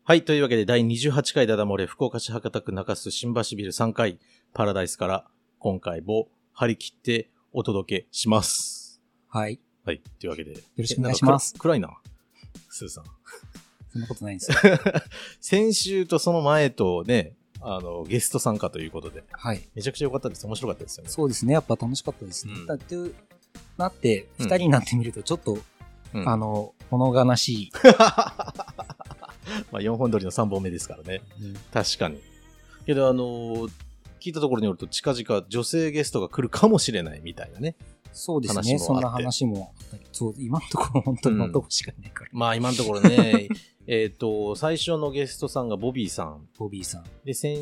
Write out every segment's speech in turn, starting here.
はい。というわけで、第28回ダダ漏れ、福岡市博多区中洲新橋ビル3階、パラダイスから、今回も張り切ってお届けします。 はい。 はい。というわけで。よろしくお願いします。 暗いな。スーさん。 そんなことないんですよ。 先週とその前とね、ゲスト参加ということで。 はい。 めちゃくちゃ良かったです。面白かったですよね。 そうですね。やっぱ楽しかったですね。だってなって、二人になってみると、ちょっと、物悲しい。 まあ4本撮りの3本目ですからね。確かに。けど聞いたところによると近々女性ゲストが来るかもしれないみたいなね。 そうですね。そんな話もあったり。そう、今のところ本当にのとこしかないから。 まあ今のところね、最初のゲストさんがボビーさん。 ボビーさん。 で、先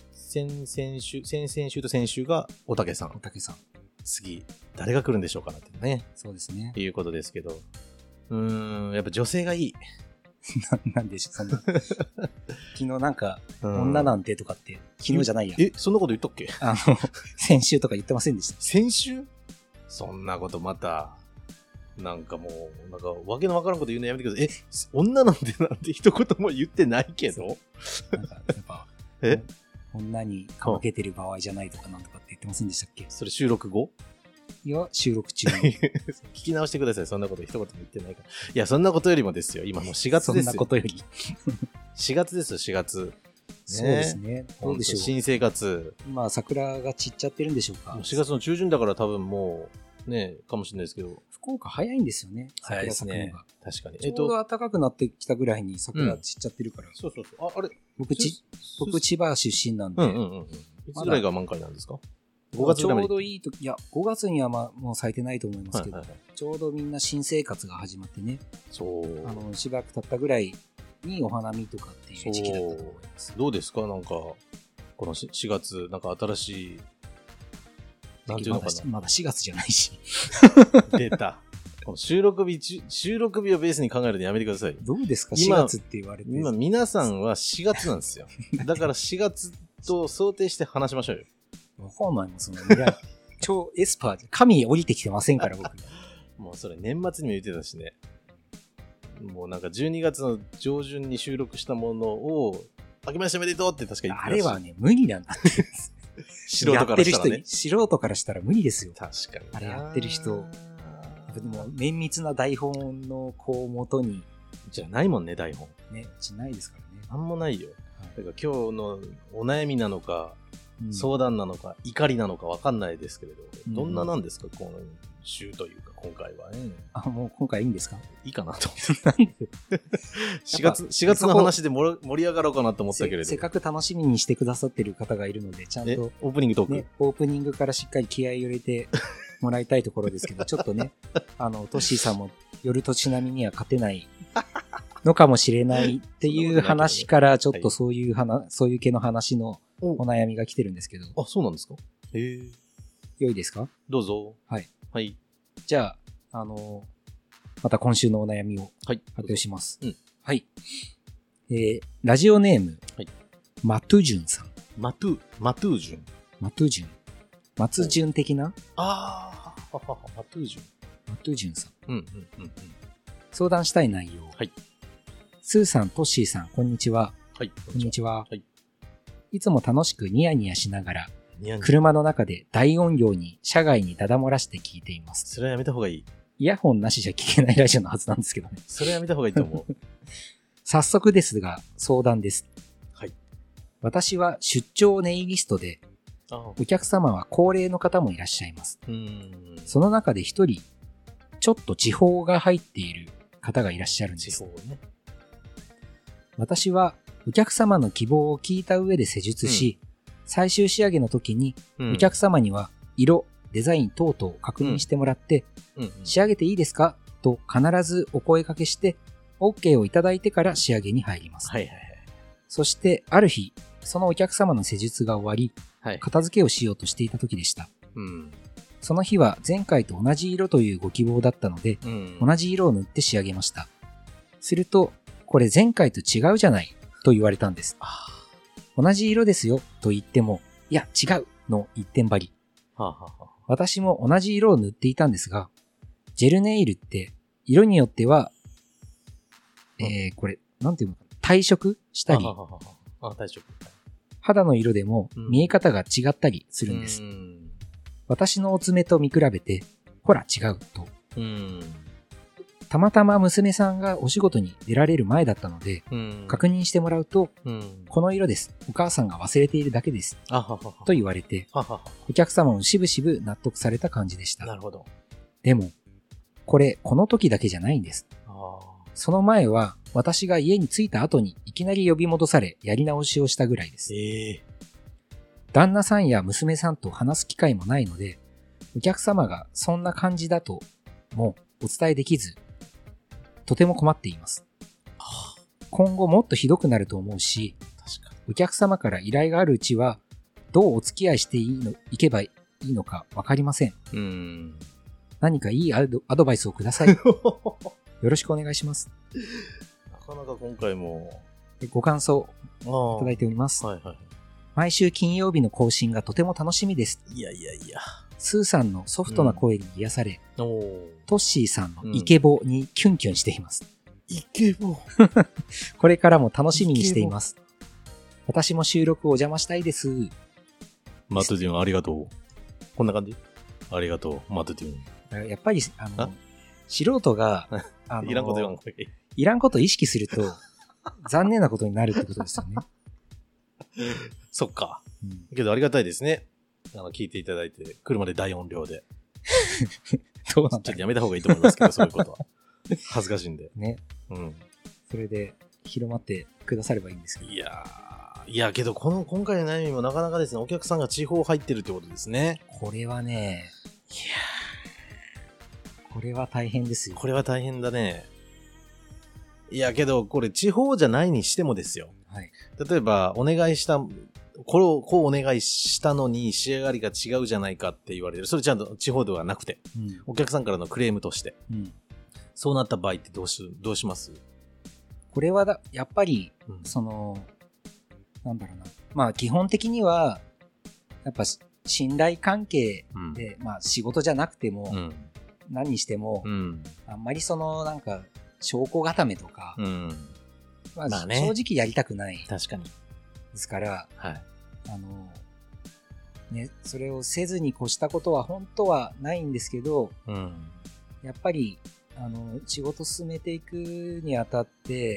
々週と先週がおたけさん。 おたけさん。 次、誰が来るんでしょうかなってね。 そうですね。 っていうことですけど。やっぱ女性がいい。 なんでしょ、そんな。昨日なんか、女なんてとかって、昨日じゃないや。 そんなこと言ったっけ？ 先週とか言ってませんでした。 先週？そんなことまた、なんかもう、なんかわけのわからんこと言うのやめてください。女なんてなんて一言も言ってないけど。 なんか、やっぱ、女にかまけてる場合じゃないとかなんとかって言ってませんでしたっけ？ それ収録後？ いや、収録中に。 聞き直してください。そんなこと一言も言ってないから。いや、そんなことよりもですよ。今もう4月ですよ。 そんなことより。 4月ですよ、4月。ね、 そうですね。どうでしょう。 新生活。 今、桜が散っちゃってるんでしょうか。 4月の中旬だから多分もう、ね、かもしれないですけど。 福岡早いんですよね。 早いですね。確かに。 ちょうど暖かくなってきたぐらいに桜散っちゃってるから。 そうそうそう。あれ僕、千葉出身なんで。 いつぐらいが満開なんですか？5 月ちょうどいいとき、いや、5月にはもう咲いてないと思いますけど、ちょうどみんな新生活が始まってね、 そう。 しばらく経ったぐらいにお花見とかっていう時期だったと思います。 どうですか？なんか、この4月、なんか新しい、なんていうのかな。 まだ4月じゃないし。 出た。この収録日をベースに考えるのやめてください。 どうですか？4月って言われて。 今、皆さんは4月なんですよ。だから4月と想定して話しましょうよ。 わかんないもん、その未来。超エスパーで、神降りてきてませんから、僕。 もうそれ年末にも言ってたしね。もうなんか12月の上旬に収録したものを、明けましておめでとうって確か言ってたし。 あれはね、無理なんだって。 素人からしたらね。 素人からしたら無理ですよ。 確かに。 あれやってる人。でも、綿密な台本のこう元に。 じゃないもんね、台本。 ね、じゃないですからね。 なんもないよ。だから今日のお悩みなのか、相談なのか怒りなのか分かんないですけれど、どんななんですか、この週というか今回はね。 もう今回いいんですか？ いいかなと思って。4月の話で盛り上がろうかなと思ったけれど。 せっかく楽しみにしてくださってる方がいるので、ちゃんとオープニングトーク、 ね、オープニングからしっかり気合い入れてもらいたいところですけど、ちょっとね、トッシーさんも夜とちなみには勝てないのかもしれないっていう話から、ちょっとそういう系の話のお悩みが来てるんですけど。 あ、そうなんですか？ 良いですか？ どうぞ。 はい。 はい。 じゃあ、また今週のお悩みを発表します。はい。ラジオネーム、マトゥジュンさん。 マトゥージュン。 マトゥジュン。松潤的な？ マトゥージュン。 マトゥジュンさん。相相談したい内容。 はい。 スーさん、トッシーさん、こんにちは。 はい。 こんにちは。 はい。 いつも楽しくニヤニヤしながら、車の中で大音量に車外にダダ漏らして聞いています。 それはやめた方がいい。 イヤホンなしじゃ聞けないラジオのはずなんですけどね。 それはやめた方がいいと思う。 早速ですが、相談です。 はい。 私は出張ネイリストで、お客様は高齢の方もいらっしゃいます。その中で一人、ちょっと地方が入っている方がいらっしゃるんです。 地方ね。 私はお客様の希望を聞いた上で施術し、最終仕上げの時にお客様には色、デザイン等々確認してもらって、仕上げていいですかと必ずお声掛けして OK をいただいてから仕上げに入ります。そしてある日、そのお客様の施術が終わり、片付けをしようとしていた時でした。その日は前回と同じ色というご希望だったので、同じ色を塗って仕上げました。すると、これ前回と違うじゃないと言われたんです。同じ色ですよと言っても、いや違うの一点張り。私も同じ色を塗っていたんですが、ジェルネイルって色によっては、これなんていうのかな、 退色したり、 退色。 肌の色でも見え方が違ったりするんです。私のお爪と見比べて、ほら違うと。たまたま娘さんがお仕事に出られる前だったので、確認してもらうと、この色です。お母さんが忘れているだけです。と言われて、お客様もしぶしぶ納得された感じでした。 なるほど。 でも、この時だけじゃないんです。その前は、私が家に着いた後にいきなり呼び戻され、やり直しをしたぐらいです。旦那さんや娘さんと話す機会もないので、お客様がそんな感じだともお伝えできず、とても困っています。今後もっとひどくなると思うし、お客様から依頼があるうちは、どうお付き合いしていけばいいのかわかりません。何かいいアドバイスをください。よろしくお願いします。 なかなか今回もご感想いただいております。毎週金曜日の更新がとても楽しみです。 いや。 スーさんのソフトな声に癒され、トッシーさんのイケボにキュンキュンしています。 イケボこれからも楽しみにしています。私も収録お邪魔したいです。 マットデューンありがとう。こんな感じ？ありがとう、マットデューン。 やっぱり、素人が、 いらんこと言わんほうがいい。 いらんことを意識すると、残念なことになるってことですよね。 そっか。けどありがたいですね。聞いていただいて、車で大音量で。 どうなんだろう。 ちょっとやめた方がいいと思いますけど、そういうことは。恥ずかしいんで。 ね。それで、広まってくださればいいんですけど。 いや、けど、今回の悩みもなかなかですね、お客さんが地方入ってるってことですね。 これはね、これは大変ですよ。 これは大変だね。いや、けど、これ地方じゃないにしてもですよ。例えば、お願いした、こうお願いしたのに仕上がりが違うじゃないかって言われる。それちゃんと地方ではなくて、お客さんからのクレームとして。そうなった場合ってどうします？ これはやっぱり、なんだろうな。まあ、基本的には、やっぱ信頼関係で、まあ、仕事じゃなくても、何にしても、あんまりなんか、証拠固めとか、まあね、正直やりたくない。 確かに。 ですから、ね、それをせずに越したことは本当はないんですけど、やっぱり、仕事進めていくにあたって、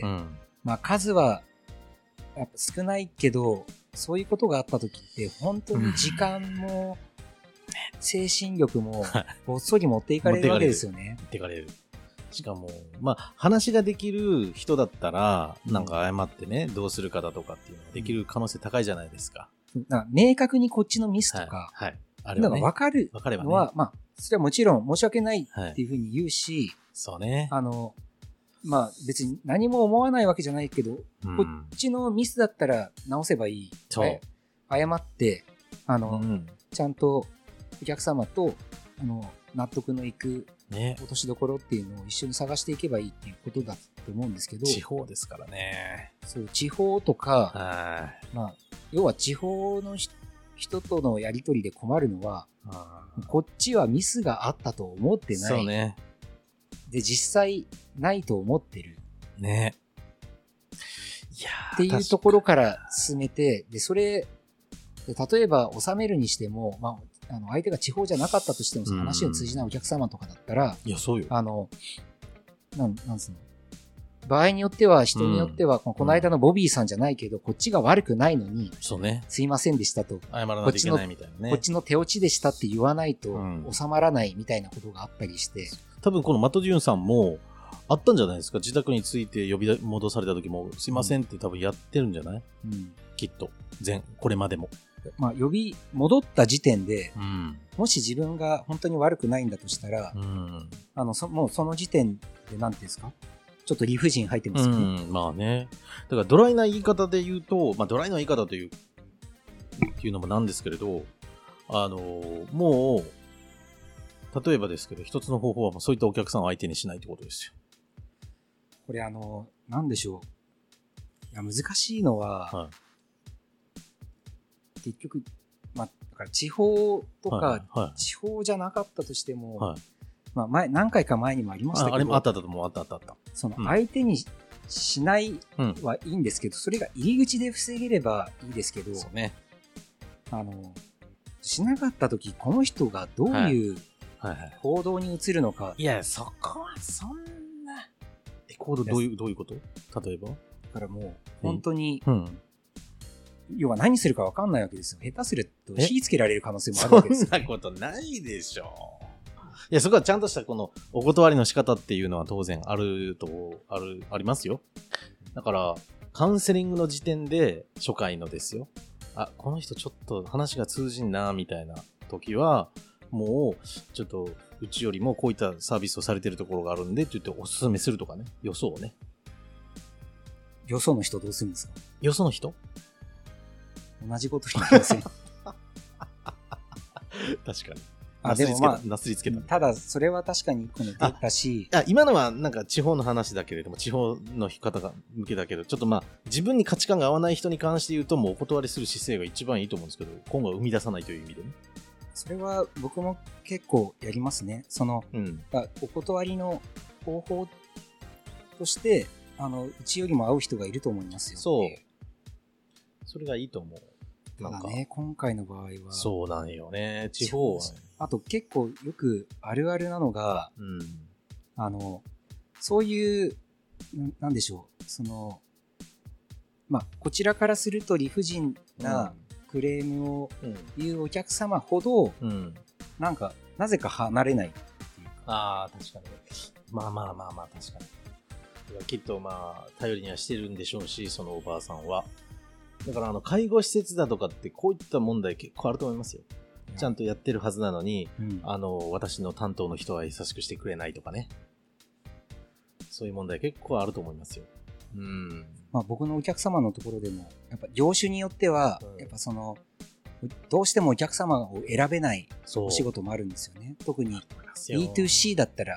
まあ数はやっぱ少ないけど、そういうことがあった時って本当に時間も、精神力もごっそり持っていかれるわけですよね。 持っていかれる。しかも、まあ、話ができる人だったら、なんか謝ってね、どうするかだとかっていうのができる可能性高いじゃないですか。 明確にこっちのミスとか、あれは分かるのは、まあ、それはもちろん申し訳ないっていうふうに言うし、 そうね。 まあ別に何も思わないわけじゃないけど、こっちのミスだったら直せばいい。謝って、ちゃんとお客様と、納得のいく落としどころっていうのを一緒に探していけばいいっていうことだと思うんですけど、 地方ですからね。 そう、地方とか、まあ、要は地方の人とのやりとりで困るのは、こっちはミスがあったと思ってない。 そうね。 で、実際ないと思ってる。 ね。いやっていうところから進めて、で、それ、例えば収めるにしても、まあ、相手が地方じゃなかったとしても、その話に通じないお客様とかだったら、 いや、そうよ。 なんすの。場合によっては、人によっては、この間のボビーさんじゃないけど、こっちが悪くないのに、 そうね。 すいませんでしたと。 謝らないといけないみたいなね。 こっちの手落ちでしたって言わないと、収まらないみたいなことがあったりして。 多分このマトジュンさんも、あったんじゃないですか。自宅に着いて呼び戻された時も、すいませんって多分やってるんじゃない？きっと。これまでも。 まあ、戻った時点で、もし自分が本当に悪くないんだとしたら、もうその時点で何ていうんですか、ちょっと理不尽入ってますよね。 まあね。だからドライな言い方で言うと、まあドライな言い方というっていうのもなんですけれど、もう、例えばですけど、一つの方法はそういったお客さんを相手にしないってことですよ。 これなんでしょう。いや、難しいのは、結局、まあ、だから地方とか、地方じゃなかったとしても、まあ何回か前にもありましたけど、 あった。 その相手にしないはいいんですけど、それが入り口で防げればいいですけど、 そうね。 しなかった時この人がどういう行動に移るのか。 いや、そこはそんな。行動どういうこと？例えば？だからもう、本当に、要は何するか分かんないわけですよ。下手すると火つけられる可能性もあるわけですよ、 そんなことないでしょ。いや、そこはちゃんとしたこのお断りの仕方っていうのは当然ありますよ。だから、カウンセリングの時点で初回のですよ。あ、この人ちょっと話が通じんな、みたいな時は、もう、ちょっと、うちよりもこういったサービスをされてるところがあるんでって言っておすすめするとかね。よそをね。 よその人どうするんですか？ よその人？ 同じこと言ってません。 確かに。 でもまあ、 なすりつけた。 ただ、それは確かにこの出たし。 今のはなんか地方の話だけれども、地方の方が向けだけど、ちょっとまあ、自分に価値観が合わない人に関して言うと、もうお断りする姿勢が一番いいと思うんですけど、今後は生み出さないという意味でね。 それは僕も結構やりますね。お断りの方法として、うちよりも合う人がいると思いますよ。 そう。それがいいと思う。 ただね、今回の場合は。 そうなんよね。地方は、ね。 あと結構よくあるあるなのが、そういう、なんでしょう。こちらからすると理不尽なクレームを言うお客様ほど、なぜか離れないっていうか。 確かに。まあ、確かに。きっと頼りにはしてるんでしょうし、そのおばあさんは。だから介護施設だとかってこういった問題結構あると思いますよ。ちゃんとやってるはずなのに、私の担当の人は優しくしてくれないとかね。そういう問題結構あると思いますよ。 僕のお客様のところでも、やっぱ業種によっては、やっぱどうしてもお客様を選べないお仕事もあるんですよね。特に B2C だったら。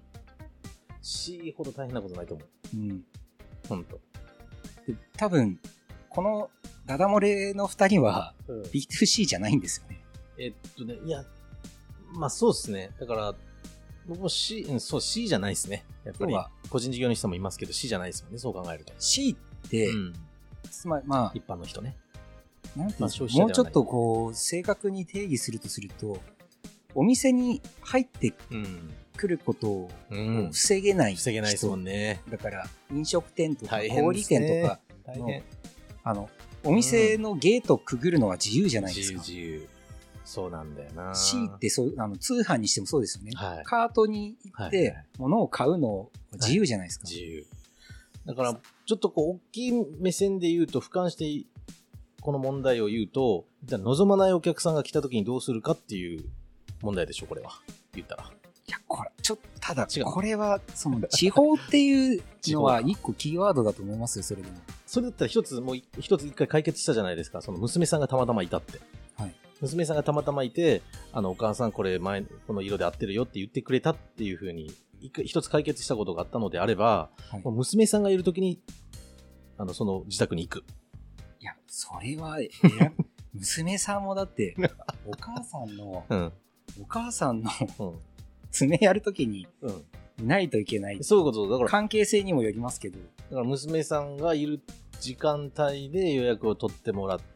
C ほど大変なことないと思う。ほんと。 多分、このダダ漏れの2人は B2C じゃないんですよね。 いや、そうですね。だから、僕も C じゃないですね。やっぱり、個人事業主もいますけど C じゃないですもんね、そう考えると。 C って、つまり一般の人ね。 なんていうの、もうちょっと正確に定義するとお店に入ってくることを防げない人。 防げないですもんね。 だから、飲食店とか小売店とかの、お店のゲートくぐるのは自由じゃないですか。 自由。そうなんだよな。 C って通販にしてもそうですよね。カートに行って物を買うの自由じゃないですか。 自由。だから、ちょっと大きい目線で言うと、俯瞰してこの問題を言うと、望まないお客さんが来た時にどうするかっていう問題でしょ、これは。言ったら。 いや、ただ、これは、地方っていうのは一個キーワードだと思いますよ、それでも。 それだったら一回解決したじゃないですか。その娘さんがたまたまいたって。娘さんがたまたまいて、お母さんこの色で合ってるよって言ってくれたっていう風に、一つ解決したことがあったのであれば、娘さんがいるときに、その自宅に行く。 いや、それは、娘さんもだって、お母さんの、爪やるときに、いないといけない。 そういうことだから。 関係性にもよりますけど。 だから娘さんがいる時間帯で予約を取ってもらって、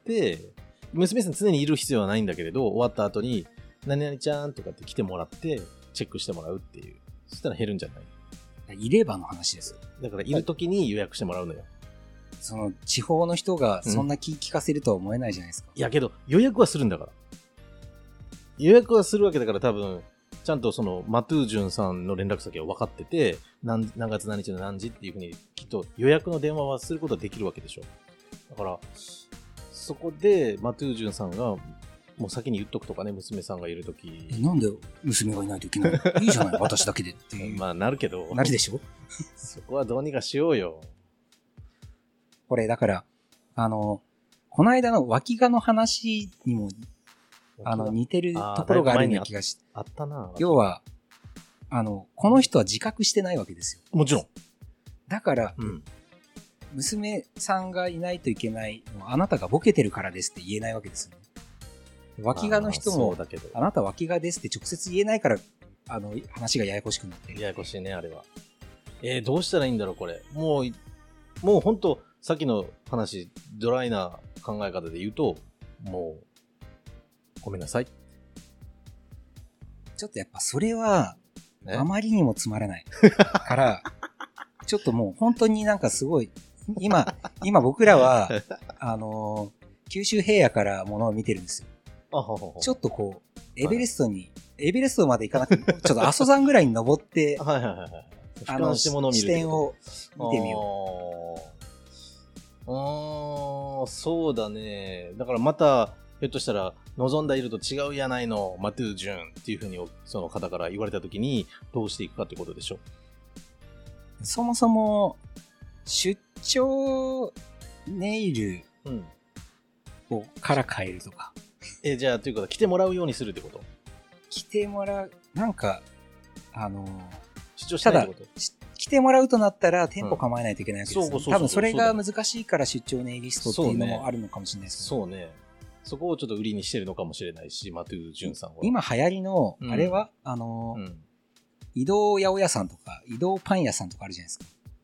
娘さん常にいる必要はないんだけれど、終わった後に、何々ちゃんとかって来てもらって、チェックしてもらうっていう。そしたら減るんじゃない？ いればの話ですよ。 だからいる時に予約してもらうのよ。 地方の人がそんな気利かせるとは思えないじゃないですか。 いやけど、予約はするんだから。予約はするわけだから多分、ちゃんとマトゥージュンさんの連絡先は分かってて、何月何日の何時っていうふうに、きっと予約の電話はすることはできるわけでしょ。だから、そこでマトゥージュンさんが、もう先に言っとくとかね、娘さんがいるとき。 なんで娘がいないといけないの？いいじゃない、私だけでっていう。 なるけど。 なるでしょ？ そこはどうにかしようよ。 これ、だから、この間の脇がの話にも、似てるところがあるような気がして。 あったな。 要は、この人は自覚してないわけですよ。 もちろん。 だから、娘さんがいないといけないのはあなたがボケてるからですって言えないわけですよね。脇がの人も、あなた脇がですって直接言えないから、話がややこしくなってる。 ややこしいね、あれは。どうしたらいいんだろう、これ。もう、 もう本当さっきの話、ドライな考え方で言うと、もう、ごめんなさい。 ちょっとやっぱそれは、 ねあまりにもつまらない。から、ちょっともう本当になんかすごい、今僕らは、九州平野からものを見てるんですよ。ちょっとこう、エベレストまで行かなくて、ちょっと阿蘇山ぐらいに登って、 はいはいはいはい。 視点を見てみよう。そうだね。だからまた、ひょっとしたら、望んだ色と違うやないの、マトゥージュンっていうふうに、その方から言われたときに、どうしていくかってことでしょ。 そもそも、出張ネイルをから変えるとか。 じゃあ、ということは、来てもらうようにするってこと？ 来てもらう、なんか、 出張しないってこと？ 来てもらうとなったら店舗構えないといけないわけですよ、 そうそう。 多分それが難しいから出張ネイリストっていうのもあるのかもしれないですけど。 そうね。そこをちょっと売りにしてるのかもしれないし、マトゥージュンさんは。 今流行りの、あれは、移動八百屋さんとか、移動パン屋さんとかあるじゃないですか。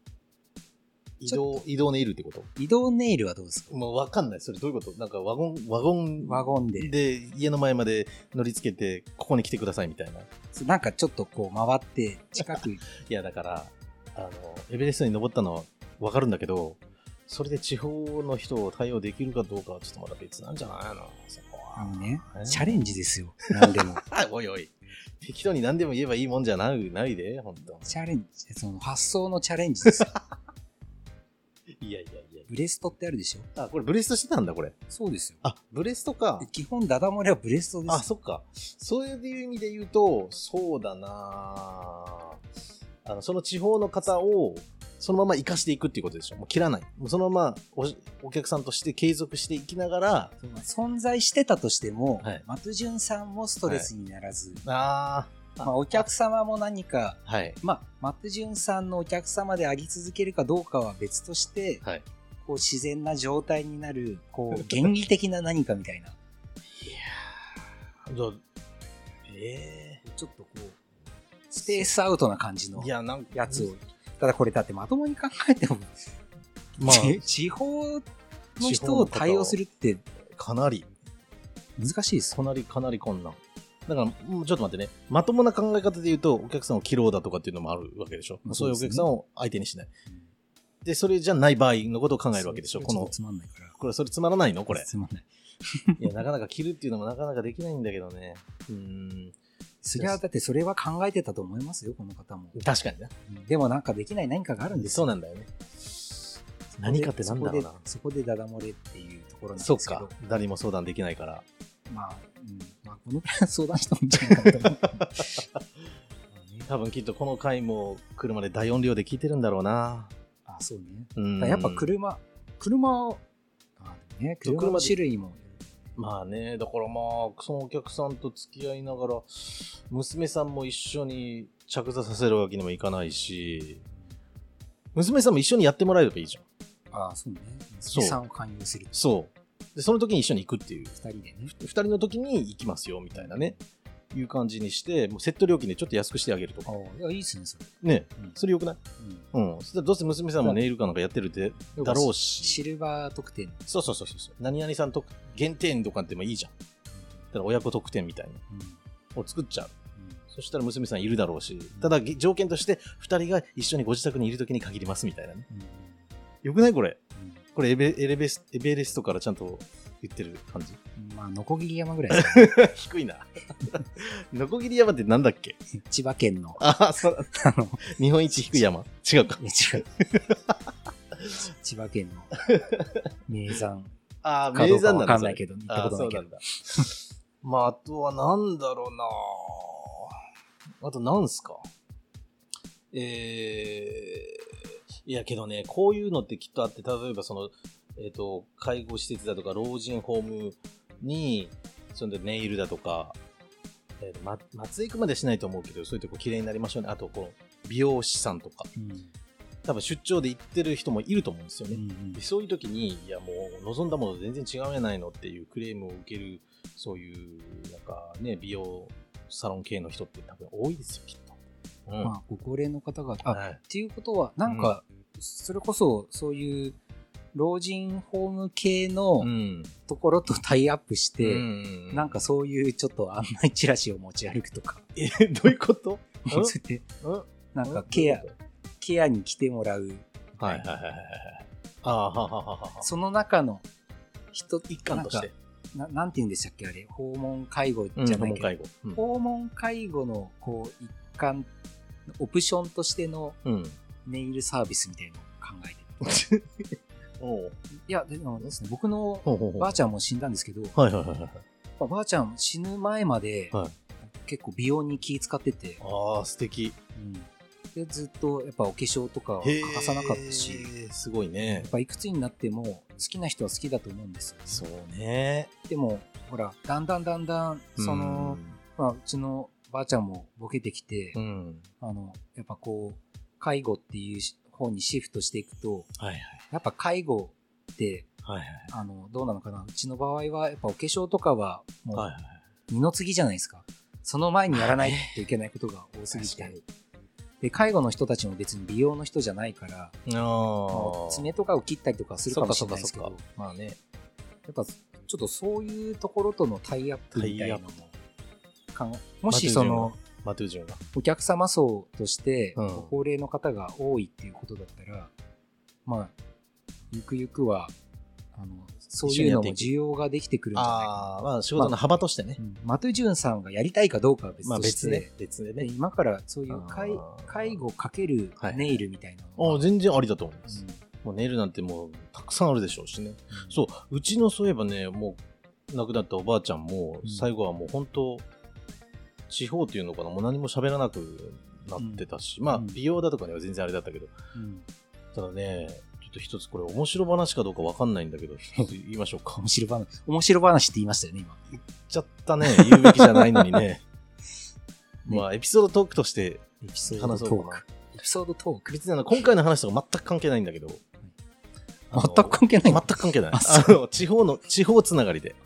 移動ネイルってこと？ 移動ネイルはどうですか？ もうわかんない。それどういうこと？なんかワゴンで家の前まで乗り付けて、ここに来てくださいみたいな。 なんかちょっとこう回って近く。 いやだから、エベレストに登ったのはわかるんだけど、それで地方の人を対応できるかどうかはちょっとまだ別なんじゃないの？そこは。 ね、チャレンジですよ。何でも。 おいおい。適当に何でも言えばいいもんじゃないで、本当。 チャレンジ、その発想のチャレンジですよ。 いや。 ブレストってあるでしょ？ これブレストしてたんだ、これ。 そうですよ。 ブレストか。 基本ダダ漏れはブレストです。 そっか。そういう意味で言うと、そうだなその地方の方を、そのまま生かしていくっていうことでしょ。もう切らない。もうそのままお客さんとして継続していきながら。 存在してたとしても、はい、マトゥジュンさんもストレスにならず、お客様も何か、マトゥジュンさんのお客様であり続けるかどうかは別として、こう自然な状態になる、こう原理的な何かみたいな。いやちょっとこう、スペースアウトな感じのやつを。ただこれだってまともに考えても、地方の人を対応するってかなり難しいです。 かなり困難。だから、ちょっと待ってね。まともな考え方で言うと、お客さんを切ろうだとかっていうのもあるわけでしょ。そういうお客さんを相手にしない。で、それじゃない場合のことを考えるわけでしょ。 つまんないから。 これ、それつまらないのこれ。 つまんない。 いや、なかなか切るっていうのもなかなかできないんだけどね。 そりゃだってそれは考えてたと思いますよ、この方も。 確かにね。 でもなんかできない何かがあるんですよ。 そうなんだよね。何かってなんだろうな。 そこでダダ漏れっていうところなんですけど。 そっか。誰も相談できないから。 このくらい相談したもんじゃないかと思う。 多分きっとこの回も車で大音量で聞いてるんだろうな。 そうね。やっぱ車の種類も。 まあね、だからそのお客さんと付き合いながら、娘さんも一緒に着座させるわけにもいかないし、娘さんも一緒にやってもらえればいいじゃん。 そうね。娘さんを勧誘する。 そう。で、その時に一緒に行くっていう。 二人でね。 二人の時に行きますよ、みたいなね。いう感じにして、もうセット料金でちょっと安くしてあげるとか。 いや、いいっすね、それ。 ね、それよくない？そしたらどうせ娘さんもネイルかなんかやってるだろうし。 シルバー特典。 そう。何々さん限定とかってもいいじゃん。だから親子特典みたいな。を作っちゃう。そしたら娘さんいるだろうし。ただ条件として二人が一緒にご自宅にいる時に限りますみたいなね。よくないこれ。これエベレストからちゃんと言ってる感じ。 ノコギリ山ぐらいですね。 低いな。ノコギリ山ってなんだっけ？ 千葉県の。 日本一低い山？違うか。 違う。千葉県の名山。 名山なんだ。 わかんないけど、行ったことないけど。 あとはなんだろうな。あとなんすか？いやけどね、こういうのってきっとあって、例えば介護施設だとか老人ホームに、それでネイルだとか、松江区までしないと思うけど、そういうとこ綺麗になりましょうね。あと、美容師さんとか、多分出張で行ってる人もいると思うんですよね。そういう時に、いやもう望んだもの全然違うんじゃないのっていうクレームを受ける、そういう、なんかね、美容サロン系の人って多分多いですよ、きっと。 ご高齢の方が、っていうことは、なんか、 それこそそういう老人ホーム系のところとタイアップして、なんかそういうちょっと案内チラシを持ち歩くとか。 どういうこと？ なんかケアに来てもらう。 はいはいはいはい。ああ、はははは。 その中の一環として。 なんて言うんでしたっけあれ、訪問介護じゃないけど、訪問介護のこう一環、オプションとしてのネイルサービスみたいなのを考えていやでもですね、僕のばあちゃんも死んだんですけど、ばあちゃん死ぬ前まで結構美容に気使ってて、 ああ素敵。 でずっとやっぱお化粧とか欠かさなかったし、 すごいね。 やっぱいくつになっても好きな人は好きだと思うんですよね。 そうね。 でもほらだんだんその、うちのばあちゃんもボケてきて、やっぱこう介護っていう方にシフトしていくと、やっぱ介護って、どうなのかな。うちの場合はやっぱお化粧とかはもう二の次じゃないですか。その前にやらないといけないことが多すぎて。で介護の人たちも別に美容の人じゃないから、爪とかを切ったりとかするかもしれないですけど、まあね、やっぱちょっとそういうところとのタイアップみたいなのももしそのお客様層としてご高齢の方が多いっていうことだったら、まあゆくゆくはそういうのも需要ができてくるんじゃないかな。 まあ仕事の幅としてね。 マトゥジュンさんがやりたいかどうかは別として、 別でね。 今からそういう介護かけるネイルみたいなのは全然ありだと思います。もうネイルなんてもうたくさんあるでしょうしね。そう、うちのそういえばね、もう亡くなったおばあちゃんも最後はもう本当地方っていうのかな、もう何も喋らなくなってたし、まあ美容だとかには全然あれだったけど、ただね、一つこれ面白話かどうか分かんないんだけど言いましょうか。 面白話って言いましたよね今。 言っちゃったね。言うべきじゃないのにね。まあエピソードトークとして話そうかな。 エピソードトーク。 別に今回の話とか全く関係ないんだけど。 全く関係ない。 全く関係ない。地方つながりで。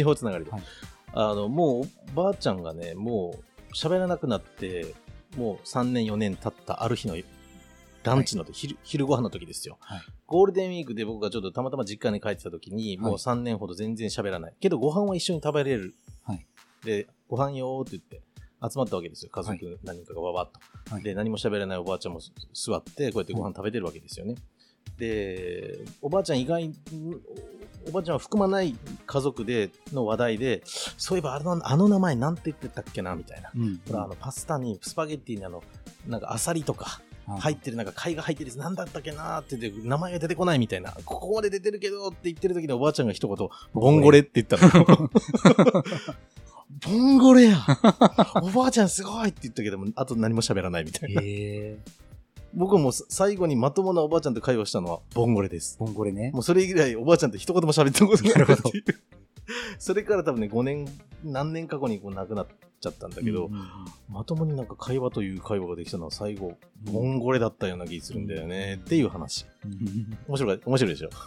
もうばあちゃんがね、もう喋らなくなってもう3年4年経ったある日のランチの昼ご飯の時ですよ、ゴールデンウィークで僕がちょっとたまたま実家に帰ってた時に、もう3年ほど全然喋らないけどご飯は一緒に食べれる、でご飯よーって言って集まったわけですよ、家族何人かがわわっと、で何も喋れないおばあちゃんも座ってこうやってご飯食べてるわけですよね、でおばあちゃんは含まない家族での話題で、そういえばあの名前なんて言ってたっけなみたいな、ほらパスタにスパゲッティになんかアサリとか入ってる、なんか貝が入ってるやつなんだったっけなって言って名前が出てこないみたいな、ここまで出てるけどって言ってる時におばあちゃんが一言ボンゴレって言ったのボンゴレやおばあちゃんすごいって言ったけども、あと何も喋らないみたいな。僕も最後にまともなおばあちゃんと会話したのはボンゴレです。 ボンゴレね。 もうそれ以来おばあちゃんと一言も喋ったことがないっていうそれから多分ね何年か後に亡くなっちゃったんだけど、まともになんか会話という会話ができたのは最後ボンゴレだったような気するんだよね、っていう話。面白いでしょ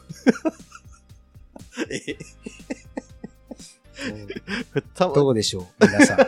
どうでしょう皆さん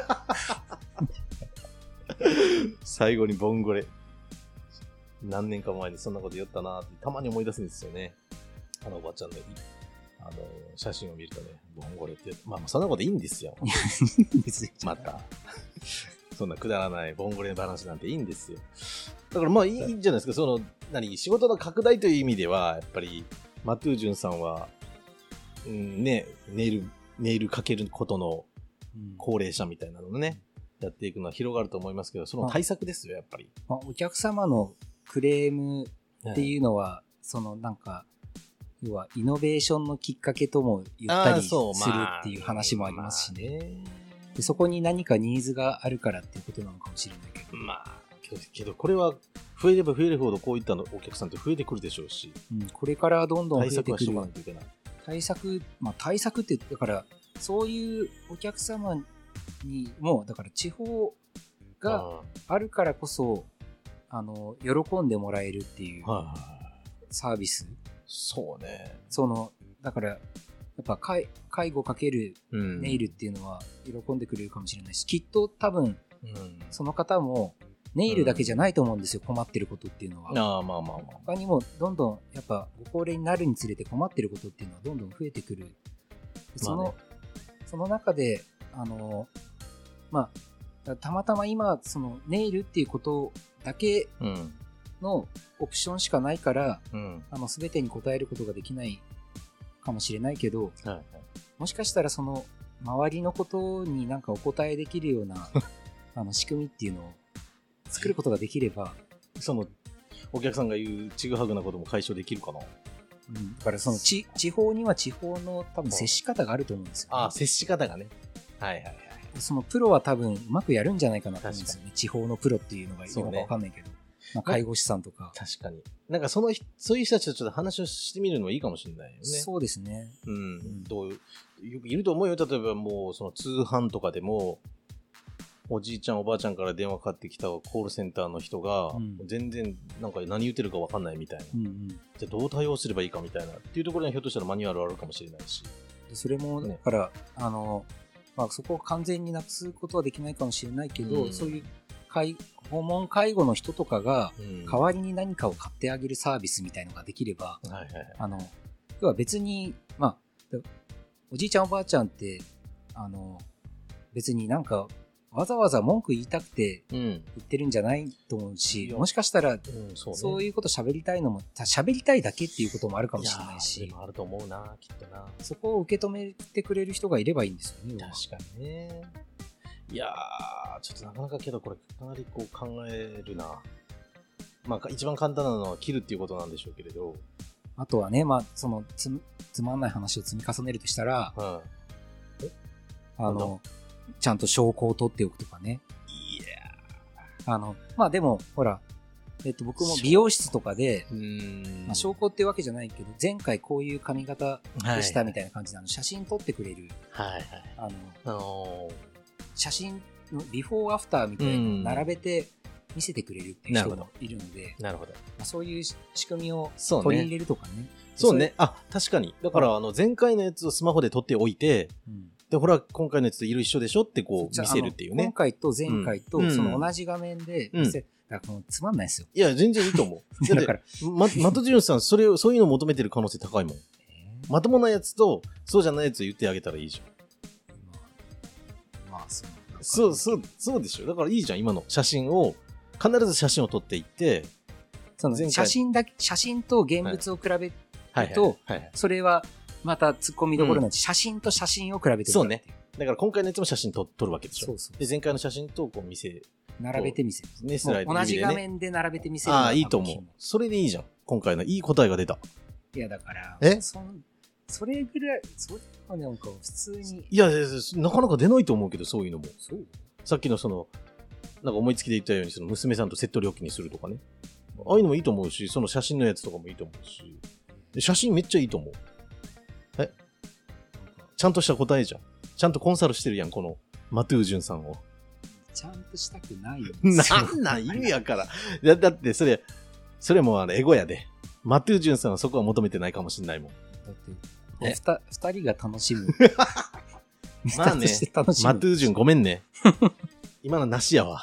最後にボンゴレ、何年か前にそんなこと言ったなってたまに思い出すんですよね。おばちゃんの写真を見るとね、ボンゴレって、まあそんなこといいんですよまたそんなくだらないボンゴレ話なんていいんですよ。だからまあいいんじゃないですか。仕事の拡大という意味ではやっぱりマトゥージュンさんは、ね、ネイルかけることの高齢者みたいなのね、やっていくのは広がると思いますけど、その対策ですよやっぱり。 お客様のクレームっていうのは、なんか要はイノベーションのきっかけとも言ったりするっていう話もありますしね。でそこに何かニーズがあるからっていうことなのかもしれないけど。 けどこれは増えれば増えるほどこういったお客さんって増えてくるでしょうし、 これからどんどん増えてくる。 対策はしておかないといけない。 対策ってだからそういうお客様にもだから地方があるからこそ喜んでもらえるっていうサービス。 そうね。 だからやっぱ介護かけるネイルっていうのは喜んでくれるかもしれないし、きっと多分、その方もネイルだけじゃないと思うんですよ、困ってることっていうのは。 ああ、まあまあまあ。 他にもどんどんやっぱご高齢になるにつれて困ってることっていうのはどんどん増えてくる。その中でまあたまたま今そのネイルっていうことだけのオプションしかないから、全てに応えることができないかもしれないけど、はいはい、もしかしたらその周りのことになんかお答えできるような仕組みっていうのを作ることができれば、 そのお客さんが言うちぐはぐなことも解消できるかな。 だからその地方には地方の多分接し方があると思うんですよ、ね。 接し方がね。はいはいはい。 そのプロは多分うまくやるんじゃないかなと思うんですよね。地方のプロっていうのがいるのか分かんないけど。介護士さんとか。 確かに。なんかそういう人たちとちょっと話をしてみるのもいいかもしれないよね。 そうですね。 いると思うよ。例えばもうその通販とかでも、おじいちゃんおばあちゃんから電話かかってきたコールセンターの人が、全然なんか何言ってるか分かんないみたいな。じゃあどう対応すればいいかみたいなっていうところにひょっとしたらマニュアルあるかもしれないし。 それもだから、そこを完全になくすことはできないかもしれないけど、そういう訪問介護の人とかが代わりに何かを買ってあげるサービスみたいのができれば、要は別に、おじいちゃんおばあちゃんって別になんかわざわざ文句言いたくて言ってるんじゃないと思うし、もしかしたらそういうこと喋りたいのも喋りたいだけっていうこともあるかもしれないし、 あると思うな、きっとな。 そこを受け止めてくれる人がいればいいんですよね。 確かにね。いやー、ちょっとなかなかけどこれかなりこう考えるな。一番簡単なのは切るっていうことなんでしょうけれど、 あとはね、そのつまんない話を積み重ねるとしたら、ちゃんと証拠を取っておくとかね。 いやでもほら、僕も美容室とかで、証拠っていうわけじゃないけど、前回こういう髪型でしたみたいな感じで、写真撮ってくれる、写真のビフォーアフターみたいなのを並べて見せてくれるっていう人もいるので、 なるほど。 そういう仕組みを取り入れるとかね。 そうね。確かに。だから前回のやつをスマホで撮っておいて、でほら今回のやつと色一緒でしょってこう見せるっていうね。 今回と前回とその同じ画面で見せ、だからつまんないですよ。 いや全然いいと思う。だからマトジュンさんそういうのを求めてる可能性高いもん。まともなやつとそうじゃないやつを言ってあげたらいいじゃん。そうでしょ。だからいいじゃん。今の写真を必ず写真を撮っていって、 その写真と現物を比べると、それはまた突っ込みどころなんで、写真と写真を比べてる。 そうね。だから今回のやつも写真撮るわけでしょ。で前回の写真とこう並べて見せる。 ね、スライド同じ画面で並べて見せる。 いいと思う。それでいいじゃん。今回のいい答えが出た。 いやだからそれぐらい、それはなんか普通に。 いや、なかなか出ないと思うけど、そういうのも。さっきのなんか思いつきで言ったように、娘さんとセット料金にするとかね。ああいうのもいいと思うし、その写真のやつとかもいいと思うし。写真めっちゃいいと思う。ちゃんとした答えじゃん。ちゃんとコンサルしてるやん、このマトゥージュンさんを。 ちゃんとしたくないんですよ。 なん意味やから。だってそれもエゴやで。マトゥージュンさんはそこは求めてないかもしれないもん。 だって二人が楽しむ。 まあね、マトゥージュンごめんね。今のなしやわ。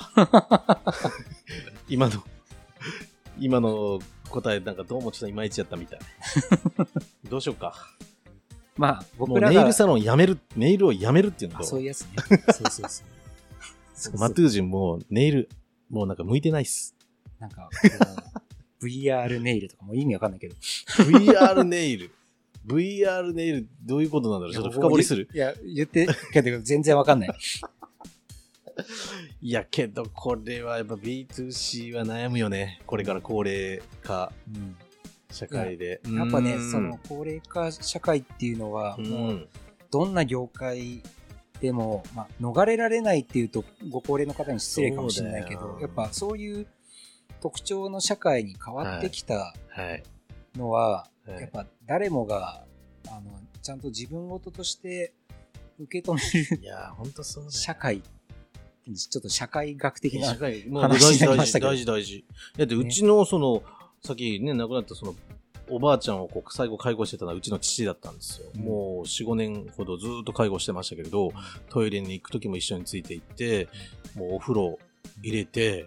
今の答えなんかどうもちょっといまいちやったみたい。どうしようか。 僕らがネイルサロンネイルをやめるっていうのと。 そういうやつね。そう。 マトゥージュンもネイルもうなんか向いてないっす。 なんかVR ネイルとかも意味わかんないけど。 VR ネイルどういうことなんだろう。ちょっと深掘りする。 いや言ってけど全然わかんない。 いやけどこれはやっぱ B2C は悩むよね。これから高齢化社会で。 やっぱね、その高齢化社会っていうのはもうどんな業界でも逃れられないっていうとご高齢の方に失礼かもしれないけど、やっぱそういう特徴の社会に変わってきたのは、やっぱ誰もがちゃんと自分事として受け止める。 いや本当そうね。 社会ちょっと社会学的な話になりましたけど。大事。だってうちのさっきね亡くなったおばあちゃんを最後介護してたのはうちの父だったんですよ。もう 4,5 年ほどずっと介護してましたけれど、トイレに行く時も一緒について行って、もうお風呂入れて、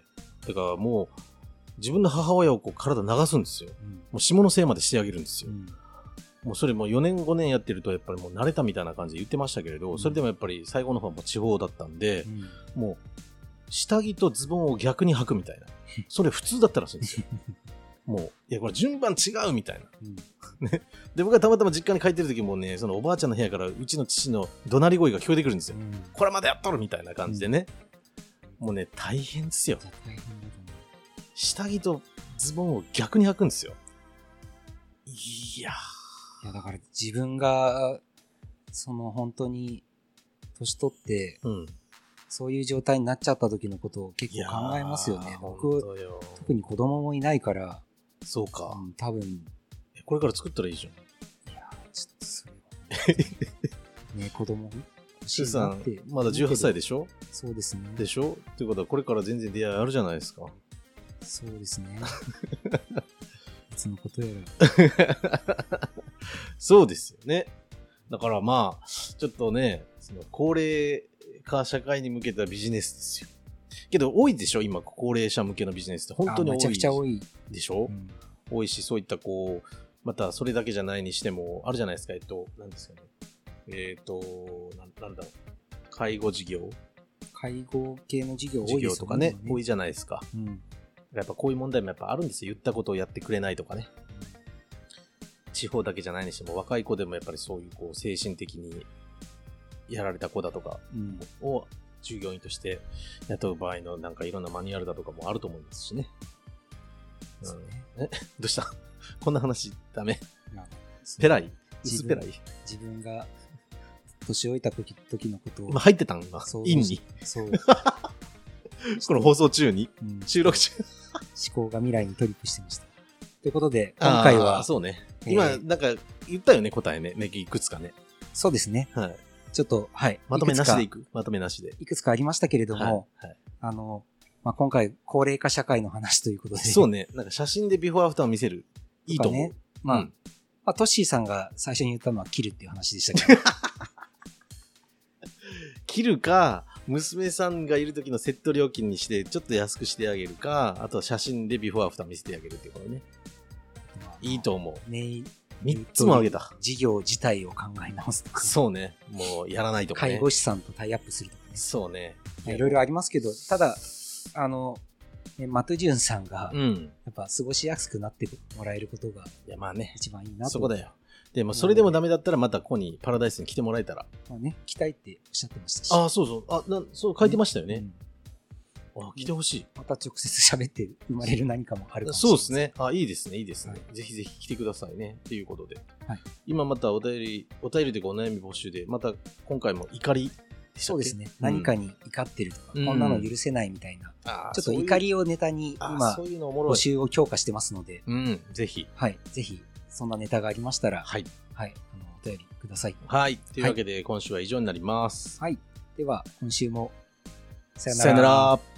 だからもう、自分の母親をこう体流すんですよ。もう下のせいまでしてあげるんですよ。もうそれも4年5年やってるとやっぱりもう慣れたみたいな感じで言ってましたけれど、それでもやっぱり最後の方はもう地方だったんで、もう下着とズボンを逆に履くみたいな。それ普通だったらしいんですよ。もう、いやこれ順番違うみたいな。ね、で、僕がたまたま実家に帰ってる時もね、そのおばあちゃんの部屋からうちの父の怒鳴り声が聞こえてくるんですよ。これまでやっとるみたいな感じでね。もうね、大変ですよ。下着とズボンを逆に履くんですよ。いやだから自分が本当に年取って、そういう状態になっちゃった時のことを結構考えますよね。僕特に子供もいないから。 そうか。 多分これから作ったらいいじゃん。 いやちょっとそれはね、子供シュウさんまだ18歳でしょ。 そうですね。 でしょということはこれから全然出会いあるじゃないですか。 そうですね。いつのことやら。そうですよね。だからまあ、ちょっとね、その高齢化社会に向けたビジネスですよ。けど多いでしょ今、高齢者向けのビジネスって本当に多い。めちゃくちゃ多い。でしょ、多いし、そういったこう、またそれだけじゃないにしても、あるじゃないですか、何ですかね。なんだろう。介護事業介護系の事業多いですよね。事業とかね、多いじゃないですか。やっぱこういう問題もやっぱあるんですよ。言ったことをやってくれないとかね。地方だけじゃないにしても若い子でもやっぱりそういうこう精神的にやられた子だとかを従業員として雇う場合のなんかいろんなマニュアルだとかもあると思いますしね。どうしたこんな話ダメペライ薄ペライ自分が年老いた時のことを今入ってたんだ。インに。そう。この放送中に、収録中。 思考が未来にトリップしてました。ということで、今回は。 そうね。今、なんか言ったよね、答えね。いくつかね。 そうですね。はい。ちょっと、はい。 まとめなしでいく。まとめなしで。 いくつかありましたけれども、今回、高齢化社会の話ということで。 そうね。なんか写真でビフォーアフターを見せる。いいと思う。 トッシーさんが最初に言ったのは切るっていう話でしたけど。 切るか、娘さんがいる時のセット料金にしてちょっと安くしてあげるか、あとは写真でビフォーアフター見せてあげるっていうことね。いいと思う。3つもあげた。 事業自体を考え直すとか。 そうね。もうやらないとかね。 介護士さんとタイアップするとかね。 そうね。 いろいろありますけど、ただ、マトゥジュンさんが、やっぱ過ごしやすくなってもらえることが、一番いいなと。 そこだよ。でもそれでもダメだったらまたここにパラダイスに来てもらえたら。 来たいっておっしゃってましたし。 そう書いてましたよね。来てほしい。 また直接喋って生まれる何かもあるかもしれない。 そうですね。いいですね、いいですね。ぜひぜひ来てくださいね。ということで。今またお便りというかお悩み募集で、また今回も怒り。 そうですね。何かに怒ってるとか、こんなの許せないみたいな。ちょっと怒りをネタに今、募集を強化してますので。 ぜひ。 はい。ぜひ。そんなネタがありましたら、お便りください。 はい。というわけで、今週は以上になります。 はい。では、今週も、 さよなら。